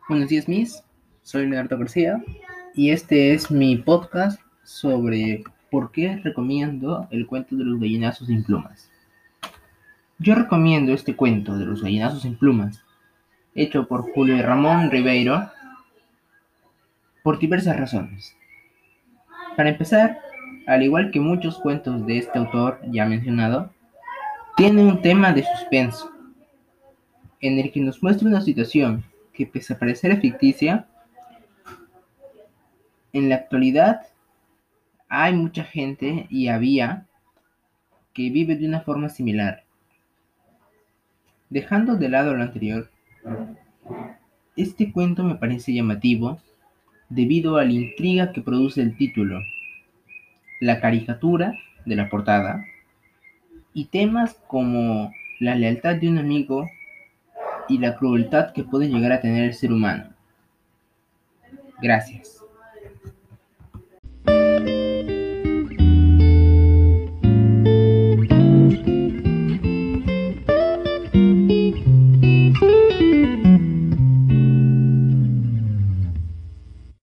Buenos días, Miss. Soy Leonardo García y este es mi podcast sobre por qué recomiendo el cuento de los gallinazos sin plumas. Yo recomiendo este cuento de los gallinazos sin plumas, hecho por Julio Ramón Ribeiro, por diversas razones. Para empezar, al igual que muchos cuentos de este autor ya mencionado, tiene un tema de suspenso, en el que nos muestra una situación que, pese a parecer ficticia, en la actualidad hay mucha gente y había que vive de una forma similar. Dejando de lado lo anterior, este cuento me parece llamativo debido a la intriga que produce el título, la caricatura de la portada y temas como la lealtad de un amigo y la crueldad que puede llegar a tener el ser humano. Gracias.